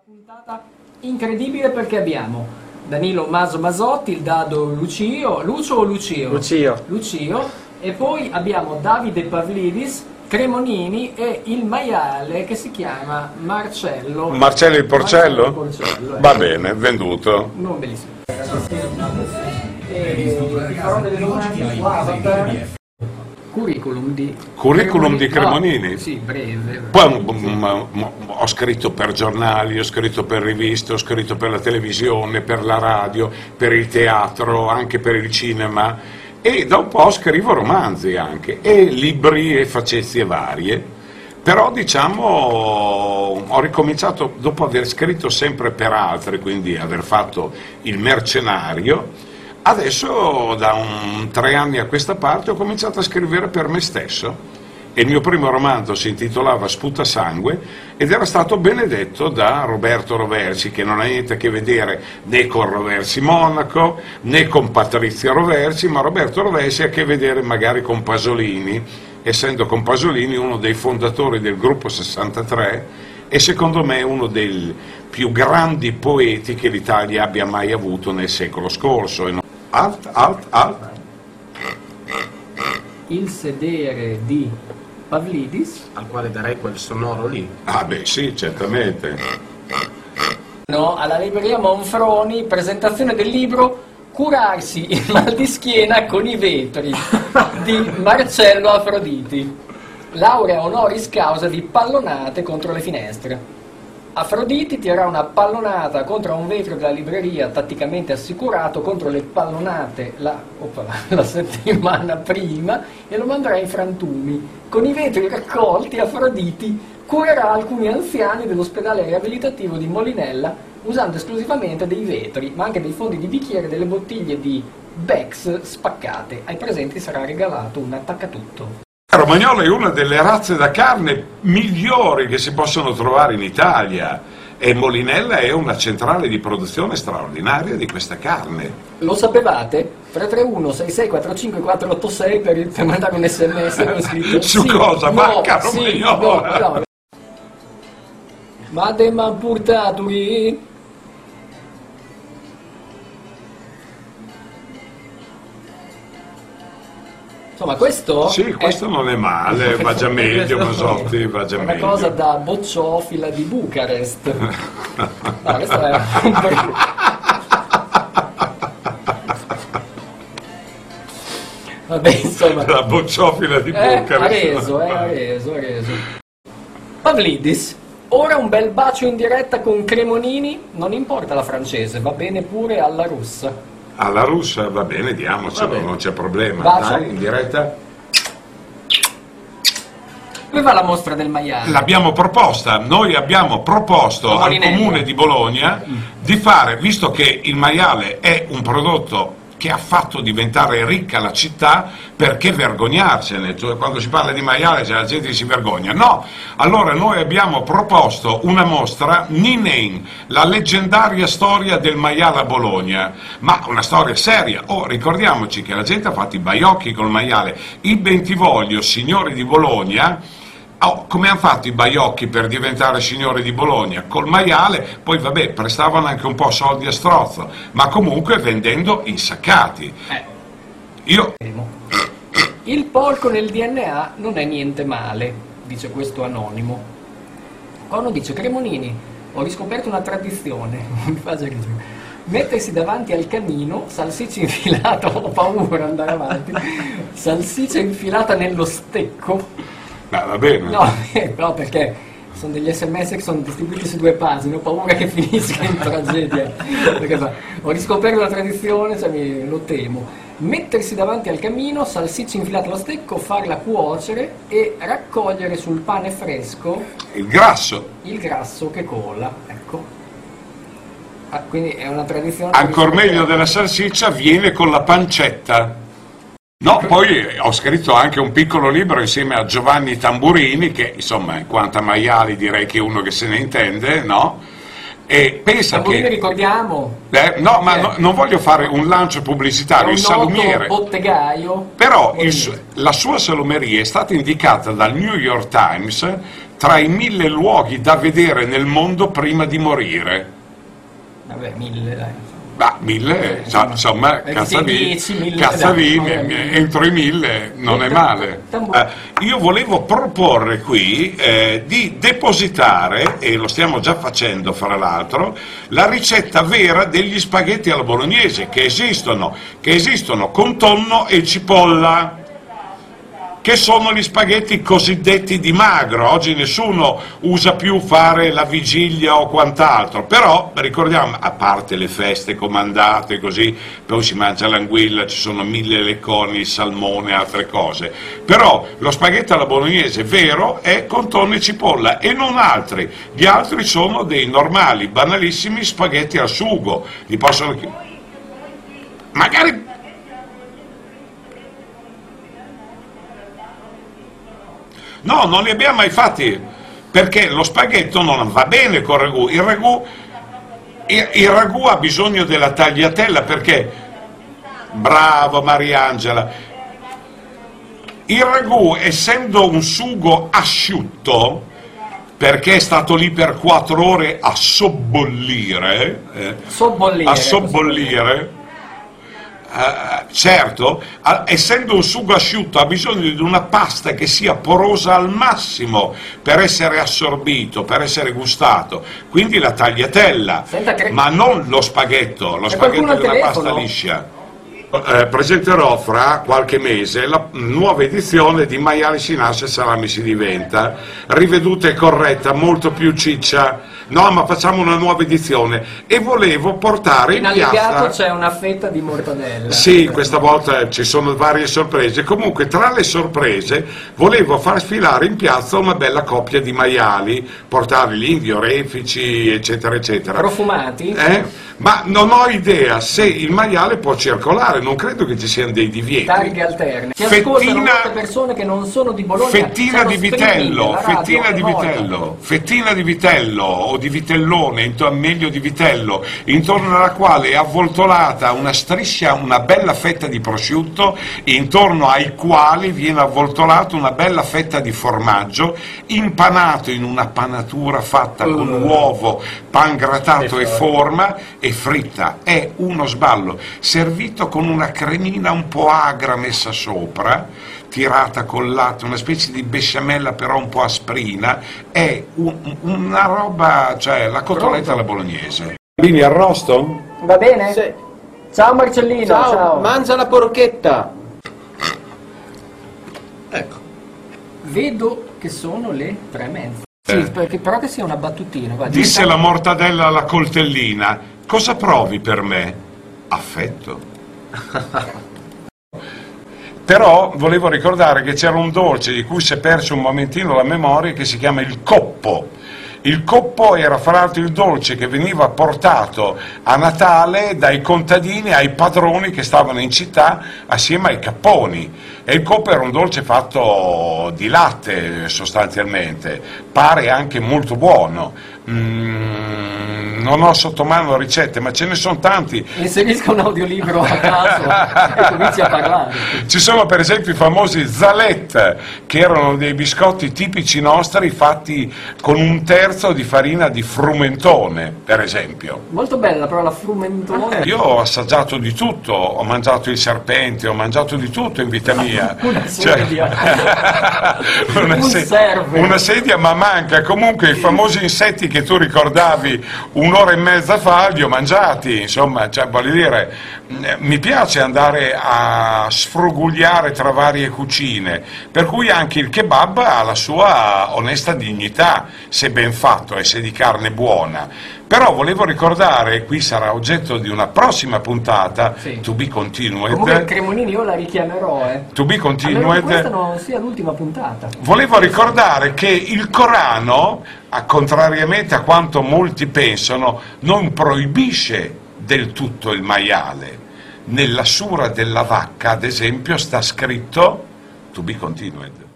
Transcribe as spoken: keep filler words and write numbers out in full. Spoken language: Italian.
Puntata incredibile perché abbiamo Danilo Maso Masotti, il dado Lucio, Lucio o Lucio? Lucio. Lucio, e poi abbiamo Davide Pavlidis, Cremonini e il maiale che si chiama Marcello. Marcello il Porcello? Marcello il Porcello, Va eh. bene, venduto. Non bellissimo. E vi farò delle domande su Avatar. Curriculum di Curriculum Cremonini. di Cremonini? No, sì, breve. Poi um, um, um, ho scritto per giornali, ho scritto per riviste, ho scritto per la televisione, per la radio, per il teatro, anche per il cinema, e da un po' scrivo romanzi anche, e libri e facezie varie. Però diciamo ho ricominciato dopo aver scritto sempre per altri, quindi aver fatto il mercenario. Adesso da un, tre anni a questa parte ho cominciato a scrivere per me stesso e il mio primo romanzo si intitolava Sputasangue ed era stato benedetto da Roberto Roversi, che non ha niente a che vedere né con Roversi Monaco né con Patrizia Roversi, ma Roberto Roversi ha a che vedere magari con Pasolini, essendo con Pasolini uno dei fondatori del gruppo sessantatré e secondo me uno dei più grandi poeti che l'Italia abbia mai avuto nel secolo scorso. Alt, alt, alt. Il sedere di Pavlidis, Al quale darei quel sonoro lì. Ah beh sì, certamente. no, alla libreria Monfroni, presentazione del libro Curarsi il mal di schiena con i vetri di Marcello Afroditi, laurea honoris causa di pallonate contro le finestre. Afroditi tirerà una pallonata contro un vetro della libreria tatticamente assicurato contro le pallonate la, opa, la settimana prima e lo manderà in frantumi. Con i vetri raccolti Afroditi curerà alcuni anziani dell'ospedale riabilitativo di Molinella usando esclusivamente dei vetri, ma anche dei fondi di bicchiere e delle bottiglie di Bex spaccate. Ai presenti sarà regalato un attaccatutto. Romagnolo è una delle razze da carne migliori che si possono trovare in Italia e Molinella è una centrale di produzione straordinaria di questa carne. Lo sapevate? tre tre uno sei sei quattro cinque quattro otto sei per, per mandare un sms con scritto Su sì, cosa? no, Vacca sì, Romagnolo! no, no. Ma te m'han portato qui? Insomma, questo Sì, questo è non è male, va già meglio, Masotti, va già una meglio. cosa da bocciofila di Bucarest. No, questo è un Vabbè, insomma. La bocciofila di Eh, Bucarest. ha reso, eh, ha reso, ha reso. Pavlidis, ora un bel bacio in diretta con Cremonini, non importa la francese, va bene pure alla russa. Alla russa va bene, diamocelo, Va bene. non c'è problema. Bacio. Dai, in diretta. Dove va la mostra del maiale? L'abbiamo proposta, noi abbiamo proposto al Molinello. Comune di Bologna di fare, visto che il maiale è un prodotto che ha fatto diventare ricca la città, perché vergognarsene? Cioè, quando si parla di maiale cioè, la gente si vergogna. No, allora noi abbiamo proposto una mostra, Ninen, la leggendaria storia del maiale a Bologna, ma una storia seria. Oh, ricordiamoci che la gente ha fatto i baiocchi col maiale. I Bentivoglio, signori di Bologna, oh, come hanno fatto i baiocchi per diventare signori di Bologna? Col maiale, poi vabbè, prestavano anche un po' soldi a strozzo, ma comunque vendendo insaccati. Eh. Io... Il porco nel D N A non è niente male, dice questo anonimo. Qua uno dice, Cremonini, ho riscoperto una tradizione, mi fa già ridere. Mettersi davanti al camino, salsiccia infilata, ho paura andare avanti, salsiccia infilata nello stecco. Beh, va bene. No, eh, no, perché sono degli sms che sono distribuiti su due pagine, ho paura che finisca in tragedia. Perché, fa, ho riscoperto la tradizione, cioè, mi, lo temo. Mettersi davanti al camino, salsiccia infilata allo stecco, farla cuocere e raccogliere sul pane fresco Il grasso. il grasso che cola. Ecco. Ah, quindi è una tradizione. Ancor meglio della salsiccia viene con la pancetta. No, poi ho scritto anche un piccolo libro insieme a Giovanni Tamburini, che insomma in quanto a maiali direi che è uno che se ne intende, no? E pensa Tamburini, che... ricordiamo. Eh, no, ma Eh. no, non voglio fare un lancio È pubblicitario, un il noto salumiere. bottegaio. Però il su- la sua salumeria è stata indicata dal New York Times tra i mille luoghi da vedere nel mondo prima di morire. Vabbè, mille, dai. Bah, mille, Eh, insomma, eh, cazzavi, dieci, mille, cazzavi dai, no, entro i mille, non è male. Eh, io volevo proporre qui eh, di depositare, e lo stiamo già facendo fra l'altro, la ricetta vera degli spaghetti alla bolognese, che esistono, che esistono con tonno e cipolla, che sono gli spaghetti cosiddetti di magro. Oggi nessuno usa più fare la vigilia o quant'altro, però ricordiamo, a parte le feste comandate così, poi si mangia l'anguilla, ci sono mille lecconi, il salmone, altre cose, però lo spaghetto alla bolognese vero è con tonno e cipolla e non altri. Gli altri sono dei normali, banalissimi spaghetti al sugo, li possono magari. No, non li abbiamo mai fatti, perché lo spaghetto non va bene col ragù, il ragù, il, il ragù ha bisogno della tagliatella, perché, bravo Mariangela, il ragù, essendo un sugo asciutto, perché è stato lì per quattro ore a sobbollire, eh, Sobbollire, a sobbollire, Uh, certo, uh, essendo un sugo asciutto ha bisogno di una pasta che sia porosa al massimo per essere assorbito, per essere gustato, quindi la tagliatella, Senta, cre- ma non lo spaghetto, lo C'è spaghetto qualcuno al della pasta telefono? liscia. Eh, presenterò fra qualche mese la nuova edizione di Maiali si nasce, salami si diventa, riveduta e corretta, molto più ciccia. No, ma facciamo una nuova edizione e volevo portare in, In piazza. allegato c'è una fetta di mortadella. Sì, questa volta ci sono varie sorprese. Comunque, tra le sorprese, volevo far sfilare in piazza una bella coppia di maiali, portarli lì, gli orefici, eccetera, eccetera. Profumati? Eh? Ma non ho idea se il maiale può circolare, non credo che ci siano dei divieti. Targhe alterne. Ci Fettina- ascoltano molte persone che non sono di Bologna. Fettina c'è di lo vitello, streaming, la radio, fettina di è nota. vitello, fettina di vitello o di vitellone, into- meglio di vitello, intorno alla quale è avvoltolata una striscia, una bella fetta di prosciutto, intorno ai quali viene avvoltolata una bella fetta di formaggio, impanato in una panatura fatta con Uh. uovo, pan grattato Che e forma e fritta. È uno sballo, servito con una cremina un po' agra messa sopra, tirata col latte, una specie di besciamella però un po' asprina, è un- una roba, cioè la cotoletta alla bolognese. Bini, arrosto? Va bene? Sì. Ciao Marcellino, Ciao, ciao. mangia la porchetta. Ecco. Vedo che sono le tre e mezza. Eh. Sì, perché, però che sia una battutina. Va, Disse diventa- la mortadella alla coltellina, cosa provi per me? Affetto. Però volevo ricordare che c'era un dolce di cui si è perso un momentino la memoria, che si chiama il coppo. Il coppo era fra l'altro il dolce che veniva portato a Natale dai contadini ai padroni che stavano in città assieme ai capponi, e il coppo era un dolce fatto di latte sostanzialmente, pare anche molto buono. Mm, non ho sotto mano ricette, ma ce ne sono tanti. Inserisca un audiolibro a caso e cominci a parlare. Ci sono per esempio i famosi zalette, che erano dei biscotti tipici nostri fatti con un terzo di farina di frumentone, per esempio. Molto bella la parola frumentone. Io ho assaggiato di tutto, ho mangiato il serpente, ho mangiato di tutto in vita mia. Una sedia. una, Un se- serve. una sedia, ma manca. Comunque i famosi insetti che tu ricordavi un'ora e mezza fa li ho mangiati, insomma, cioè, voglio dire, mi piace andare a sfrugugliare tra varie cucine, per cui anche il kebab ha la sua onesta dignità, se ben fatto e se di carne buona. Però volevo ricordare, qui sarà oggetto di una prossima puntata, Sì. to be continued, Comunque Cremonini io la richiamerò, eh. to be A meno che continued. questa non sia l'ultima puntata. Volevo ricordare che il Corano, a- contrariamente a quanto molti pensano, non proibisce del tutto il maiale. Nella sura della vacca, ad esempio, sta scritto to be continued.